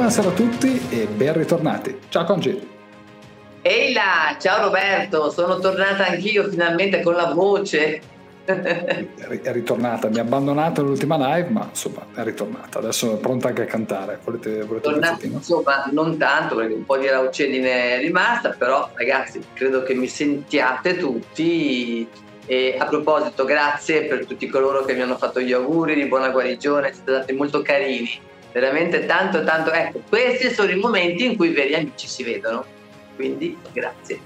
Buonasera a tutti e ben ritornati. Ciao Conci. Ehi là, ciao Roberto, sono tornata anch'io finalmente con la voce. È ritornata, mi ha abbandonato l'ultima live, ma insomma è ritornata. Adesso è pronta anche a cantare. Volete un pezzettino? Insomma, non tanto perché un po' di raucedine è rimasta, però ragazzi, credo che mi sentiate tutti. E a proposito, grazie per tutti coloro che mi hanno fatto gli auguri di buona guarigione, siete stati molto carini, veramente tanto. Ecco, questi sono i momenti in cui i veri amici si vedono, quindi grazie.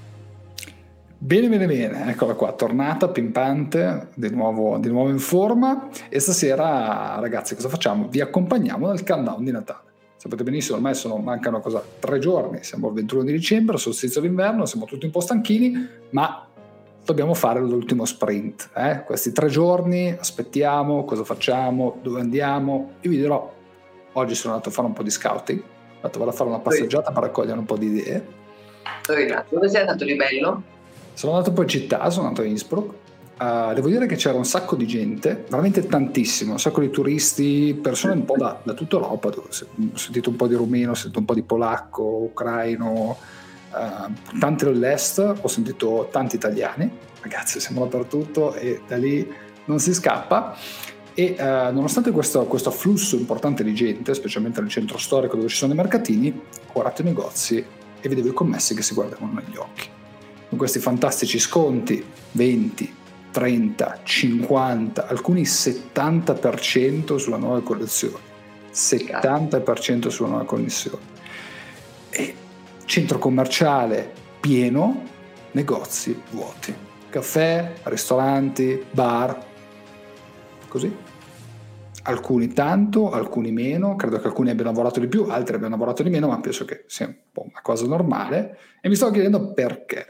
Bene, eccola qua, tornata pimpante, di nuovo in forma. E stasera, ragazzi, cosa facciamo? Vi accompagniamo nel countdown di Natale. Sapete benissimo, ormai mancano 3 giorni, siamo il 21 di dicembre, solstizio d'inverno, siamo tutti un po' stanchini, ma dobbiamo fare l'ultimo sprint. Questi 3 giorni, aspettiamo, cosa facciamo, dove andiamo. Io vi dirò, oggi sono andato a fare un po' di scouting, vado a fare una passeggiata per raccogliere un po' di idee. Dove sei andato di bello? Sono andato poi in città, sono andato a Innsbruck. Devo dire che c'era un sacco di gente, veramente tantissimo, un sacco di turisti, persone un po' da tutta Europa. Ho sentito un po' di rumeno, ho sentito un po' di polacco, ucraino, tanti dell'est, ho sentito tanti italiani. Ragazzi, siamo dappertutto e da lì non si scappa. E nonostante questo afflusso importante di gente, specialmente nel centro storico dove ci sono i mercatini, ho guardato i negozi e vedevo i commessi che si guardavano negli occhi. Con questi fantastici sconti, 20, 30, 50, alcuni 70% sulla nuova collezione. 70% sulla nuova collezione. E centro commerciale pieno, negozi vuoti. Caffè, ristoranti, bar, così. Alcuni tanto, alcuni meno, credo che alcuni abbiano lavorato di più, altri abbiano lavorato di meno, ma penso che sia un po' una cosa normale. E mi stavo chiedendo perché.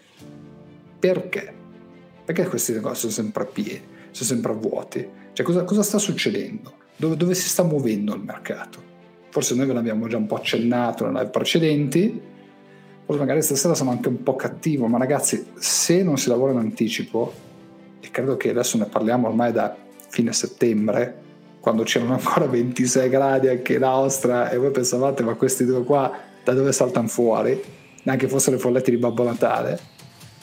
Perché questi negozi sono sempre pieni, sono sempre vuoti? Cioè cosa sta succedendo? Dove si sta muovendo il mercato? Forse noi ve l'abbiamo già un po' accennato nelle live precedenti, forse magari stasera sono anche un po' cattivo, ma ragazzi, se non si lavora in anticipo, e credo che adesso ne parliamo ormai da fine settembre, quando c'erano ancora 26 gradi anche in Austria, e voi pensavate, ma questi due qua da dove saltano fuori? Neanche fossero le follette di Babbo Natale.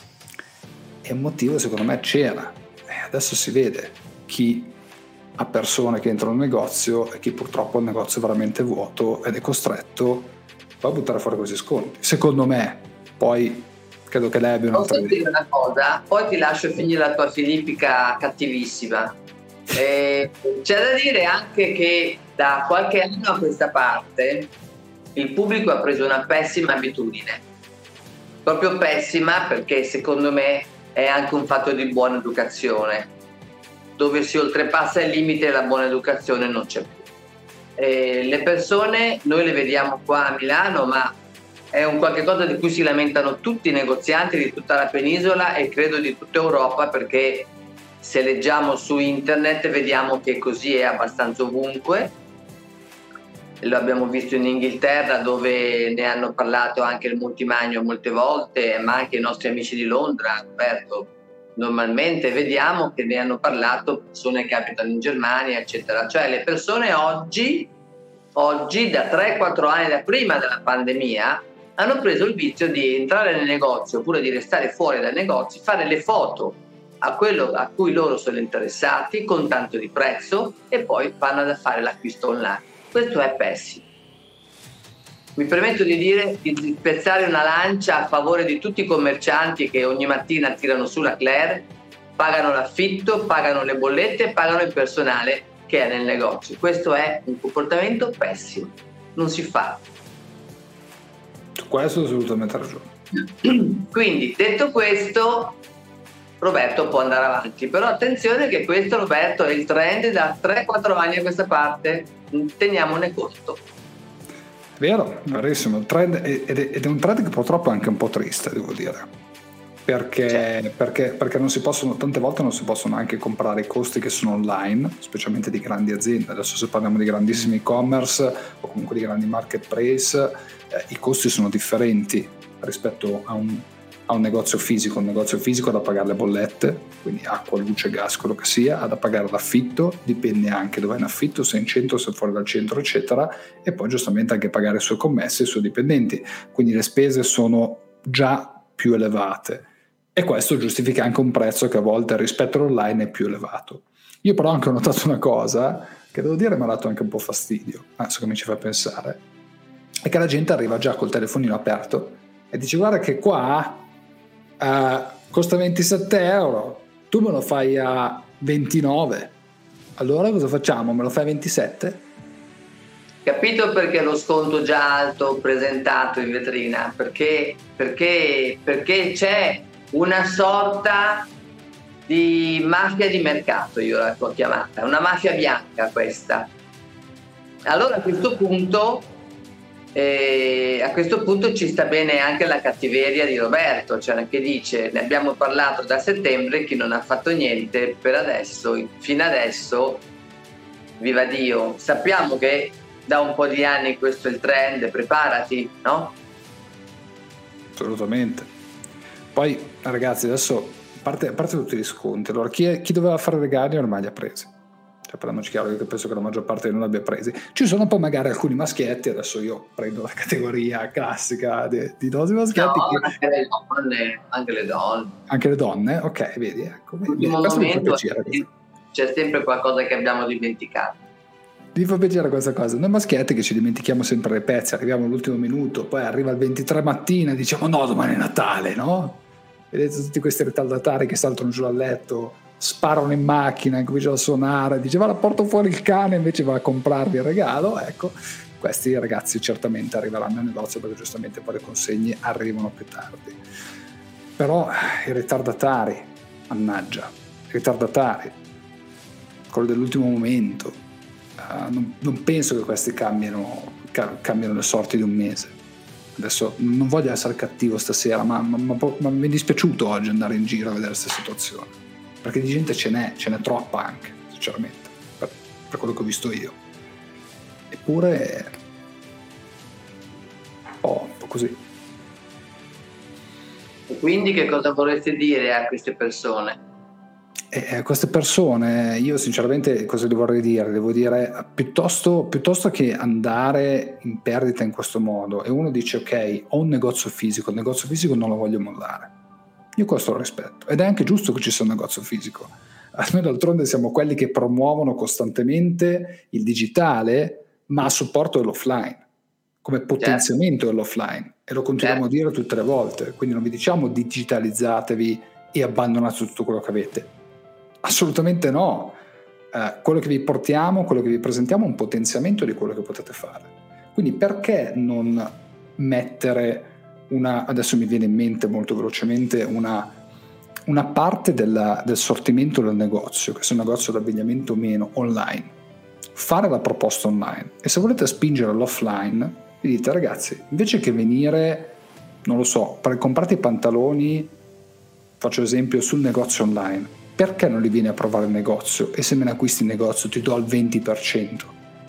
E un motivo secondo me c'era, adesso si vede chi ha persone che entrano nel negozio e chi purtroppo il negozio è veramente vuoto ed è costretto a buttare fuori questi sconti, secondo me. Poi credo che lei abbia un'altra idea. Posso dire una cosa? Poi ti lascio finire la tua filippica cattivissima. C'è da dire anche che da qualche anno a questa parte il pubblico ha preso una pessima abitudine, proprio pessima, perché secondo me è anche un fatto di buona educazione. Dove si oltrepassa il limite della buona educazione non c'è più. Le persone, noi le vediamo qua a Milano, ma è un qualche cosa di cui si lamentano tutti i negozianti di tutta la penisola e credo di tutta Europa, perché se leggiamo su internet vediamo che così è abbastanza ovunque. Lo abbiamo visto in Inghilterra, dove ne hanno parlato anche il Multimagno molte volte, ma anche i nostri amici di Londra, Roberto. Normalmente vediamo che ne hanno parlato persone che abitano in Germania, eccetera. Cioè le persone oggi da 3-4 anni, da prima della pandemia, hanno preso il vizio di entrare nel negozio oppure di restare fuori dal negozio, fare le foto a quello a cui loro sono interessati con tanto di prezzo e poi vanno a fare l'acquisto online. Questo è pessimo. Mi permetto di spezzare una lancia a favore di tutti i commercianti che ogni mattina tirano su la Claire, pagano l'affitto, pagano le bollette, pagano il personale che è nel negozio. Questo è un comportamento pessimo, non si fa. Su questo assolutamente ragione. Quindi, detto questo, Roberto può andare avanti, però attenzione che questo, Roberto, è il trend da 3-4 anni a questa parte, teniamone conto. Vero, verissimo, il trend ed è un trend che purtroppo è anche un po' triste, devo dire, perché non si possono, tante volte non si possono anche comprare i costi che sono online, specialmente di grandi aziende. Adesso se parliamo di grandissimi e-commerce o comunque di grandi marketplace, i costi sono differenti rispetto a un ha un negozio fisico ha da pagare le bollette, quindi acqua, luce, gas, quello che sia, ha da pagare l'affitto, dipende anche dove è in affitto, se è in centro, se è fuori dal centro, eccetera, e poi giustamente anche pagare i suoi commessi e i suoi dipendenti, quindi le spese sono già più elevate e questo giustifica anche un prezzo che a volte rispetto all'online è più elevato. Io però ho anche notato una cosa che devo dire mi ha dato anche un po' fastidio, adesso che mi ci fa pensare, è che la gente arriva già col telefonino aperto e dice guarda che qua costa 27 euro, tu me lo fai a 29, allora cosa facciamo? Me lo fai a 27? Capito perché lo sconto già alto presentato in vetrina? Perché c'è una sorta di mafia di mercato, io l'ho chiamata, una mafia bianca questa. Allora a questo punto ci sta bene anche la cattiveria di Roberto, cioè che dice ne abbiamo parlato da settembre, chi non ha fatto niente per adesso, fino adesso, viva Dio, sappiamo che da un po' di anni questo è il trend, preparati, no? Assolutamente. Poi ragazzi adesso a parte tutti gli sconti, allora chi doveva fare regali ormai li ha presi. Cioè, parliamoci chiaro, io penso che la maggior parte non l'abbia presi. Ci sono poi magari alcuni maschietti, adesso io prendo la categoria classica di dosi maschietti. No, anche le donne. Anche le donne? Ok, vedi, ecco. L'ultimo momento c'è sempre qualcosa che abbiamo dimenticato. Mi fa piacere questa cosa. Noi maschietti che ci dimentichiamo sempre le pezze, arriviamo all'ultimo minuto, poi arriva il 23 mattina e diciamo no, domani è Natale, no? Vedete tutti questi ritardatari che saltano giù dal letto, sparano in macchina, cominciano a suonare, dice va, porto fuori il cane, invece va a comprarvi il regalo. Ecco, questi ragazzi certamente arriveranno al negozio perché giustamente poi le consegne arrivano più tardi. Però i ritardatari, mannaggia, i ritardatari, quello dell'ultimo momento, non penso che questi cambiano le sorti di un mese. Adesso non voglio essere cattivo stasera, ma mi è dispiaciuto oggi andare in giro a vedere questa situazione, perché di gente ce n'è troppa anche, sinceramente, per quello che ho visto io. Eppure un po' così. Quindi che cosa vorreste dire a queste persone? Queste persone, io sinceramente cosa gli vorrei dire? Devo dire, piuttosto che andare in perdita in questo modo, e uno dice ok, ho un negozio fisico, il negozio fisico non lo voglio mollare, io questo lo rispetto, ed è anche giusto che ci sia un negozio fisico. Noi d'altronde siamo quelli che promuovono costantemente il digitale, ma a supporto dell'offline, come potenziamento dell'offline, e lo continuiamo a dire tutte le volte. Quindi non vi diciamo digitalizzatevi e abbandonate tutto quello che avete, assolutamente no. Quello che vi portiamo, quello che vi presentiamo è un potenziamento di quello che potete fare. Quindi perché non mettere adesso mi viene in mente molto velocemente una parte del sortimento del negozio, che sia un negozio d'abbigliamento o meno, online, fare la proposta online, e se volete spingere l'offline vi dite ragazzi, invece che venire, non lo so, per comprare i pantaloni, faccio esempio, sul negozio online, perché non li vieni a provare il negozio, e se me ne acquisti in negozio ti do il 20%?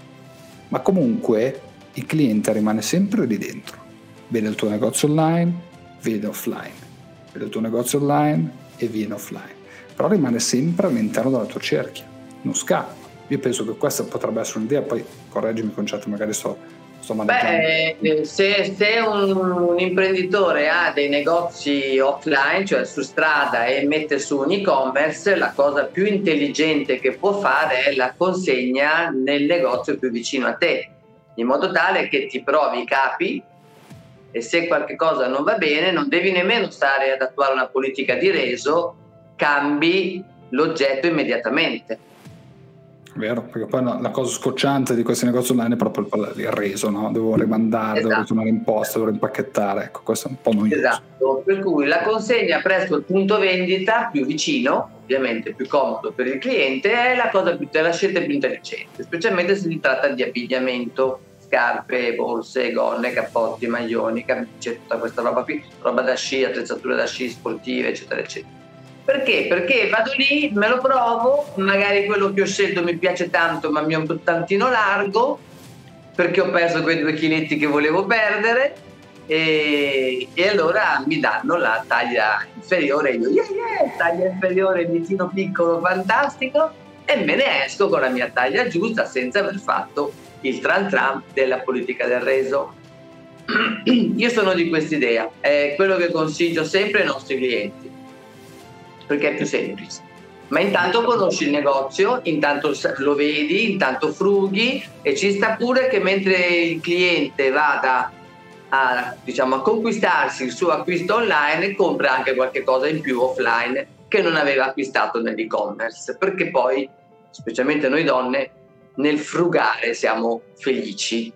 Ma comunque il cliente rimane sempre lì dentro, vede il tuo negozio online, vede offline, vede il tuo negozio online e viene offline, però rimane sempre all'interno della tua cerchia, non scappa. Io penso che questa potrebbe essere un'idea, poi correggimi concetto, magari sto maneggiando. Se un imprenditore ha dei negozi offline, cioè su strada, e mette su un e-commerce, la cosa più intelligente che può fare è la consegna nel negozio più vicino a te, in modo tale che ti provi i capi, e se qualche cosa non va bene non devi nemmeno stare ad attuare una politica di reso, cambi l'oggetto immediatamente. Vero, perché poi la cosa scocciante di questi negozi online è proprio il reso, no? Devo rimandare, devo ritornare in posta, devo rimpacchettare, ecco, questo è un po' noioso. Esatto, per cui la consegna presso il punto vendita più vicino, ovviamente più comodo per il cliente, è la scelta più intelligente, specialmente se si tratta di abbigliamento, scarpe, borse, gonne, cappotti, maglioni, camicie, tutta questa roba qui, roba da sci, attrezzature da sci sportive, eccetera, eccetera. Perché? Perché vado lì, me lo provo, magari quello che ho scelto mi piace tanto ma mi è un tantino largo, perché ho perso quei 2 chiletti che volevo perdere, e allora mi danno la taglia inferiore, io taglia inferiore, ditino piccolo, fantastico, e me ne esco con la mia taglia giusta senza aver fatto il tran tran della politica del reso. Io sono di quest'idea, è quello che consiglio sempre ai nostri clienti, perché è più semplice. Ma intanto conosci il negozio, intanto lo vedi, intanto frughi, e ci sta pure che mentre il cliente vada a conquistarsi il suo acquisto online, compra anche qualche cosa in più offline che non aveva acquistato nell'e-commerce, perché poi, specialmente noi donne, nel frugare siamo felici.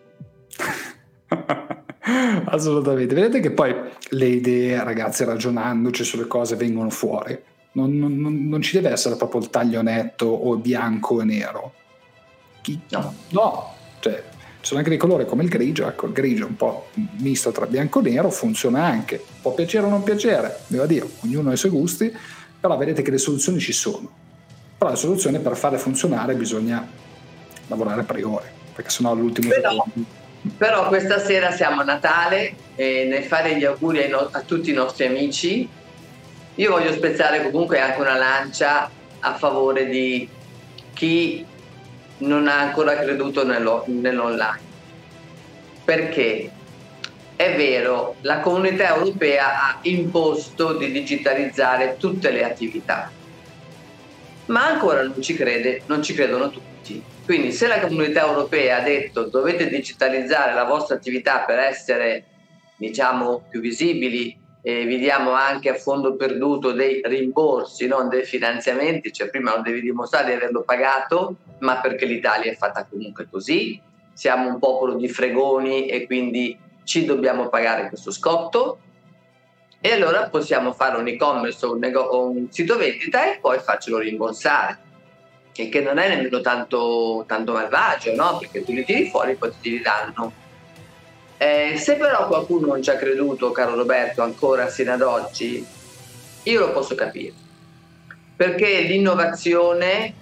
Assolutamente. Vedete che poi le idee, ragazzi, ragionandoci sulle cose, vengono fuori. Non ci deve essere proprio il taglio netto o bianco e nero. No, cioè ci sono anche dei colori come il grigio. Ecco, il grigio un po' misto tra bianco e nero funziona anche, può piacere o non piacere, devo dire, ognuno ha i suoi gusti, però vedete che le soluzioni ci sono. Però le soluzioni, per farle funzionare, bisogna lavorare a priori, perché sennò all'ultimo secondo. Però questa sera siamo a Natale e nel fare gli auguri a tutti i nostri amici, io voglio spezzare comunque anche una lancia a favore di chi non ha ancora creduto nell'online. Perché è vero, la Comunità Europea ha imposto di digitalizzare tutte le attività, ma ancora non ci credono tutti. Quindi se la Comunità Europea ha detto dovete digitalizzare la vostra attività per essere, più visibili, e vi diamo anche a fondo perduto dei rimborsi, non dei finanziamenti, cioè prima non devi dimostrare di averlo pagato, ma perché l'Italia è fatta comunque così, siamo un popolo di fregoni e quindi ci dobbiamo pagare questo scotto, e allora possiamo fare un e-commerce o un sito vendita e poi farcelo rimborsare, e che non è nemmeno tanto malvagio, no? Perché tu li tiri fuori e poi ti ridanno. Se però qualcuno non ci ha creduto, caro Roberto, ancora sino ad oggi, io lo posso capire, perché l'innovazione,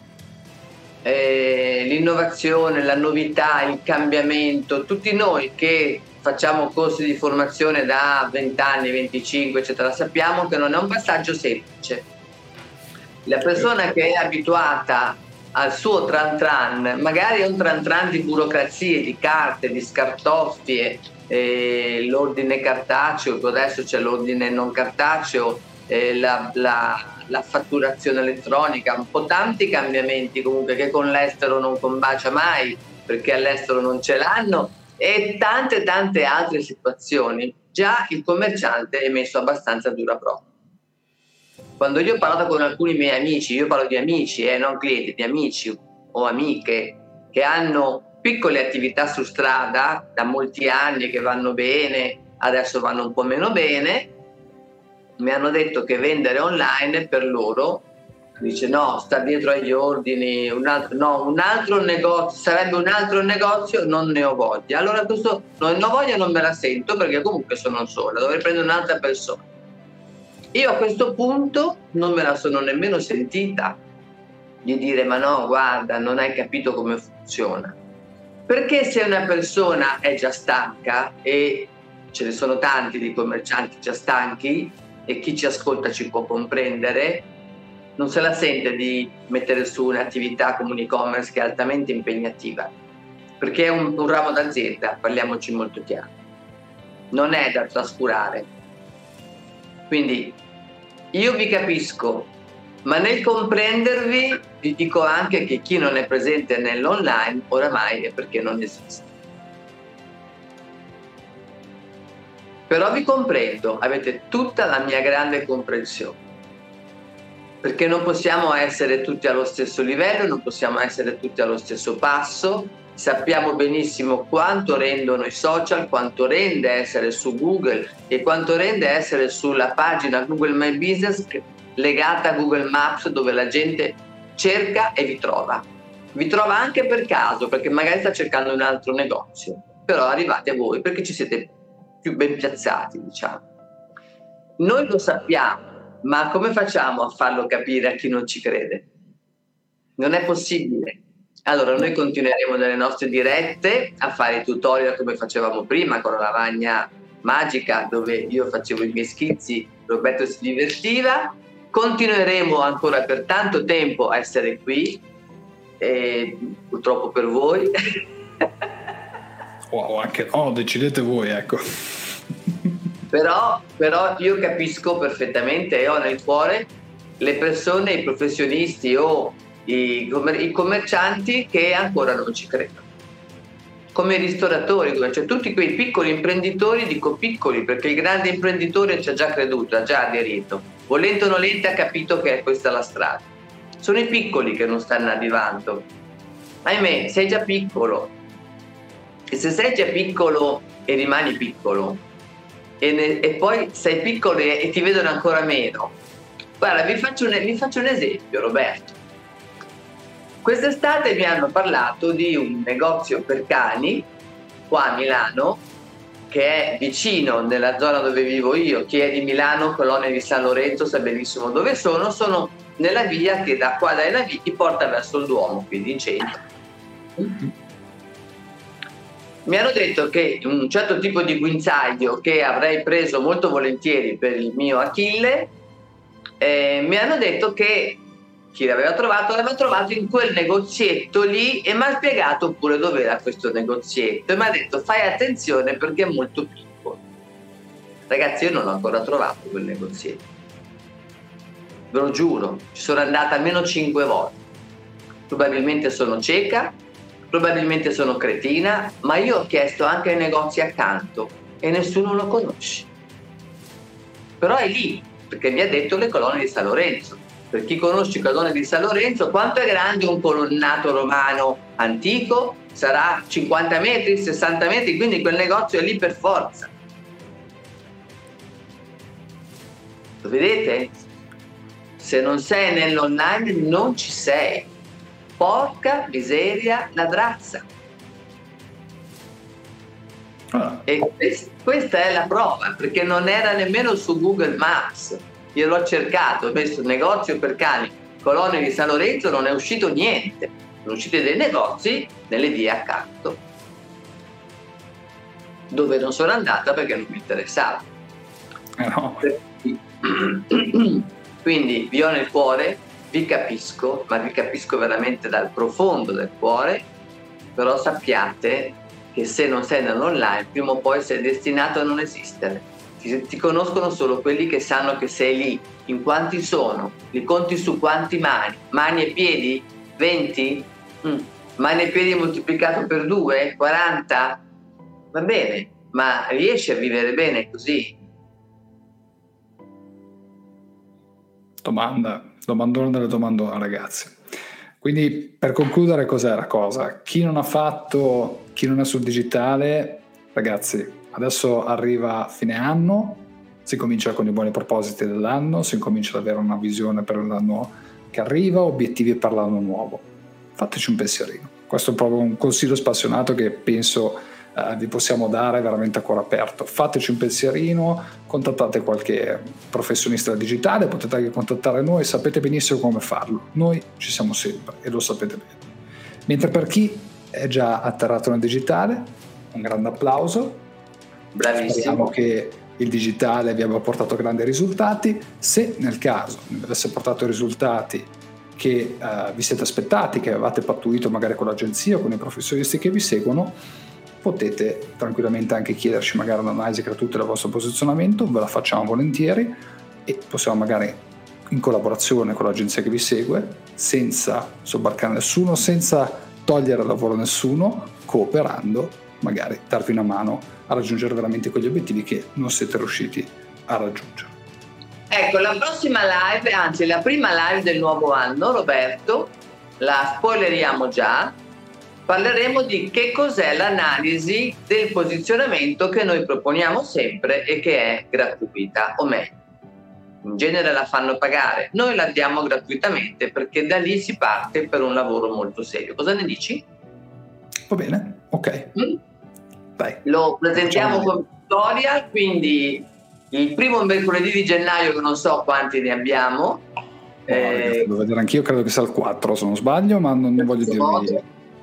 la novità, il cambiamento, tutti noi che facciamo corsi di formazione da 20 anni, 25, eccetera, sappiamo che non è un passaggio semplice. La persona che è abituata al suo tran tran, magari è un tran tran di burocrazie, di carte, di scartoffie, l'ordine cartaceo, adesso c'è l'ordine non cartaceo, la fatturazione elettronica, un po' tanti cambiamenti comunque che con l'estero non combacia mai, perché all'estero non ce l'hanno, e tante altre situazioni. Già il commerciante è messo abbastanza a dura prova. Quando io ho parlato con alcuni miei amici, io parlo di amici, non clienti, di amici o amiche che hanno piccole attività su strada da molti anni che vanno bene, adesso vanno un po' meno bene, mi hanno detto che vendere online per loro, dice no, sta dietro agli ordini, un altro negozio, sarebbe un altro negozio, non ne ho voglia. Allora questo non ne ho voglia, non me la sento, perché comunque sono sola, dovrei prendere un'altra persona. Io a questo punto non me la sono nemmeno sentita di dire ma no, guarda, non hai capito come funziona. Perché se una persona è già stanca, e ce ne sono tanti di commercianti già stanchi, e chi ci ascolta ci può comprendere, non se la sente di mettere su un'attività come un e-commerce che è altamente impegnativa, perché è un ramo d'azienda, parliamoci molto chiaro, non è da trascurare. Quindi io vi capisco, ma nel comprendervi vi dico anche che chi non è presente nell'online oramai è perché non esiste. Però vi comprendo, avete tutta la mia grande comprensione, perché non possiamo essere tutti allo stesso livello, non possiamo essere tutti allo stesso passo. Sappiamo benissimo quanto rendono i social, quanto rende essere su Google e quanto rende essere sulla pagina Google My Business legata a Google Maps, dove la gente cerca e vi trova. Vi trova anche per caso, perché magari sta cercando un altro negozio, però arrivate a voi perché ci siete più ben piazzati, diciamo. Noi lo sappiamo, ma come facciamo a farlo capire a chi non ci crede? Non è possibile. Allora noi continueremo nelle nostre dirette a fare i tutorial come facevamo prima con la lavagna magica dove io facevo i miei schizzi, Roberto si divertiva. Continueremo ancora per tanto tempo a essere qui, purtroppo per voi. Anche decidete voi, ecco. Però io capisco perfettamente e ho nel cuore le persone, i professionisti o i commercianti che ancora non ci credono, come i ristoratori, cioè tutti quei piccoli imprenditori, dico piccoli perché il grande imprenditore ci ha già creduto, ha già aderito, volente o nolente ha capito che è questa la strada. Sono i piccoli che non stanno arrivando. Ahimè, sei già piccolo, e se sei già piccolo e rimani piccolo e poi sei piccolo e ti vedono ancora meno, guarda, vi faccio un esempio, Roberto. Quest'estate mi hanno parlato di un negozio per cani qua a Milano, che è vicino nella zona dove vivo io. Chi è di Milano, Colonia di San Lorenzo, sa benissimo dove sono nella via che da qua dai Navi ti porta verso il Duomo, quindi in centro. Mi hanno detto che un certo tipo di guinzaglio che avrei preso molto volentieri per il mio Achille, mi hanno detto che chi l'aveva trovato in quel negozietto lì, e mi ha spiegato pure dove era questo negozietto e mi ha detto fai attenzione perché è molto piccolo. Ragazzi, io non ho ancora trovato quel negozietto, ve lo giuro, ci sono andata almeno 5 volte. Probabilmente sono cieca, probabilmente sono cretina, ma io ho chiesto anche ai negozi accanto e nessuno lo conosce. Però è lì, perché mi ha detto le Colonie di San Lorenzo. Per chi conosce il Colonie di San Lorenzo, quanto è grande un colonnato romano antico? Sarà 50 metri, 60 metri, quindi quel negozio è lì per forza. Lo vedete? Se non sei nell'online non ci sei. Porca miseria, ladrazza. E questa è la prova, perché non era nemmeno su Google Maps. Io l'ho cercato, ho messo negozio per cani Colonia di San Lorenzo, non è uscito niente. Sono usciti dei negozi nelle vie accanto, dove non sono andata perché non mi interessava. No. Quindi vi ho nel cuore, vi capisco, ma vi capisco veramente dal profondo del cuore, però sappiate che se non sei nell'online, prima o poi sei destinato a non esistere. Ti conoscono solo quelli che sanno che sei lì. In quanti sono? Li conti su quanti mani e piedi? 20? Mani e piedi moltiplicato per 2? 40? Va bene, ma riesci a vivere bene così? Domandone delle domandone, ragazzi. Quindi per concludere, cos'è la cosa? Chi non è sul digitale, ragazzi, adesso arriva fine anno, si comincia con i buoni propositi dell'anno, si comincia ad avere una visione per l'anno che arriva, obiettivi per l'anno nuovo. Fateci un pensierino. Questo è proprio un consiglio spassionato che penso vi possiamo dare veramente a cuore aperto. Fateci un pensierino, contattate qualche professionista digitale, potete anche contattare noi, sapete benissimo come farlo, noi ci siamo sempre e lo sapete bene. Mentre per chi è già atterrato nel digitale, un grande applauso. Bravissimo. Speriamo che il digitale vi abbia portato grandi risultati. Se nel caso non avesse portato i risultati che vi siete aspettati, che avevate pattuito magari con l'agenzia o con i professionisti che vi seguono, potete tranquillamente anche chiederci magari un'analisi gratuita del vostro posizionamento, ve la facciamo volentieri e possiamo magari in collaborazione con l'agenzia che vi segue, senza sobbarcare nessuno, senza togliere lavoro a nessuno, cooperando, magari darvi una mano a raggiungere veramente quegli obiettivi che non siete riusciti a raggiungere. Ecco, la prossima live, anzi la prima live del nuovo anno, Roberto, la spoileriamo già. Parleremo di che cos'è l'analisi del posizionamento che noi proponiamo sempre e che è gratuita, o meglio, in genere la fanno pagare, noi la diamo gratuitamente perché da lì si parte per un lavoro molto serio. Cosa ne dici? Va bene, ok. Dai. Lo presentiamo come tutorial, quindi il primo mercoledì di gennaio, che non so quanti ne abbiamo. Devo vedere anch'io, credo che sia il 4 se non sbaglio, ma non voglio dirvi.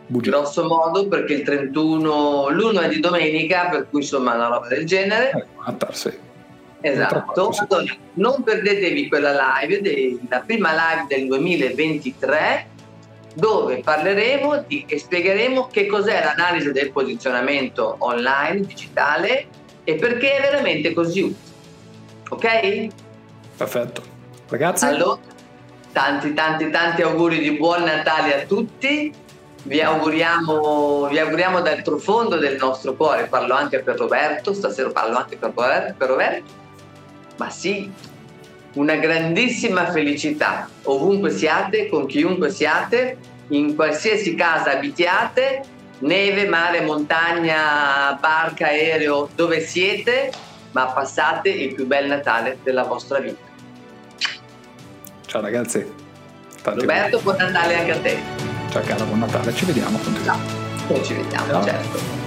grosso modo, perché il 31, l'1 è di domenica, per cui insomma una roba del genere. Sì. Esatto, allora, non perdetevi quella live, la prima live del 2023, dove parleremo e spiegheremo che cos'è l'analisi del posizionamento online, digitale, e perché è veramente così utile. Ok? Perfetto. Ragazzi? Allora, tanti auguri di buon Natale a tutti. Vi auguriamo dal profondo del nostro cuore, parlo anche per Roberto, stasera parlo anche per Roberto, ma sì, una grandissima felicità ovunque siate, con chiunque siate, in qualsiasi casa abitiate, neve, mare, montagna, barca, aereo, dove siete, ma passate il più bel Natale della vostra vita. Ciao ragazzi. Roberto, buon Natale anche a te. Ciao cara, buon Natale, ci vediamo. Ciao. Poi ci vediamo, certo.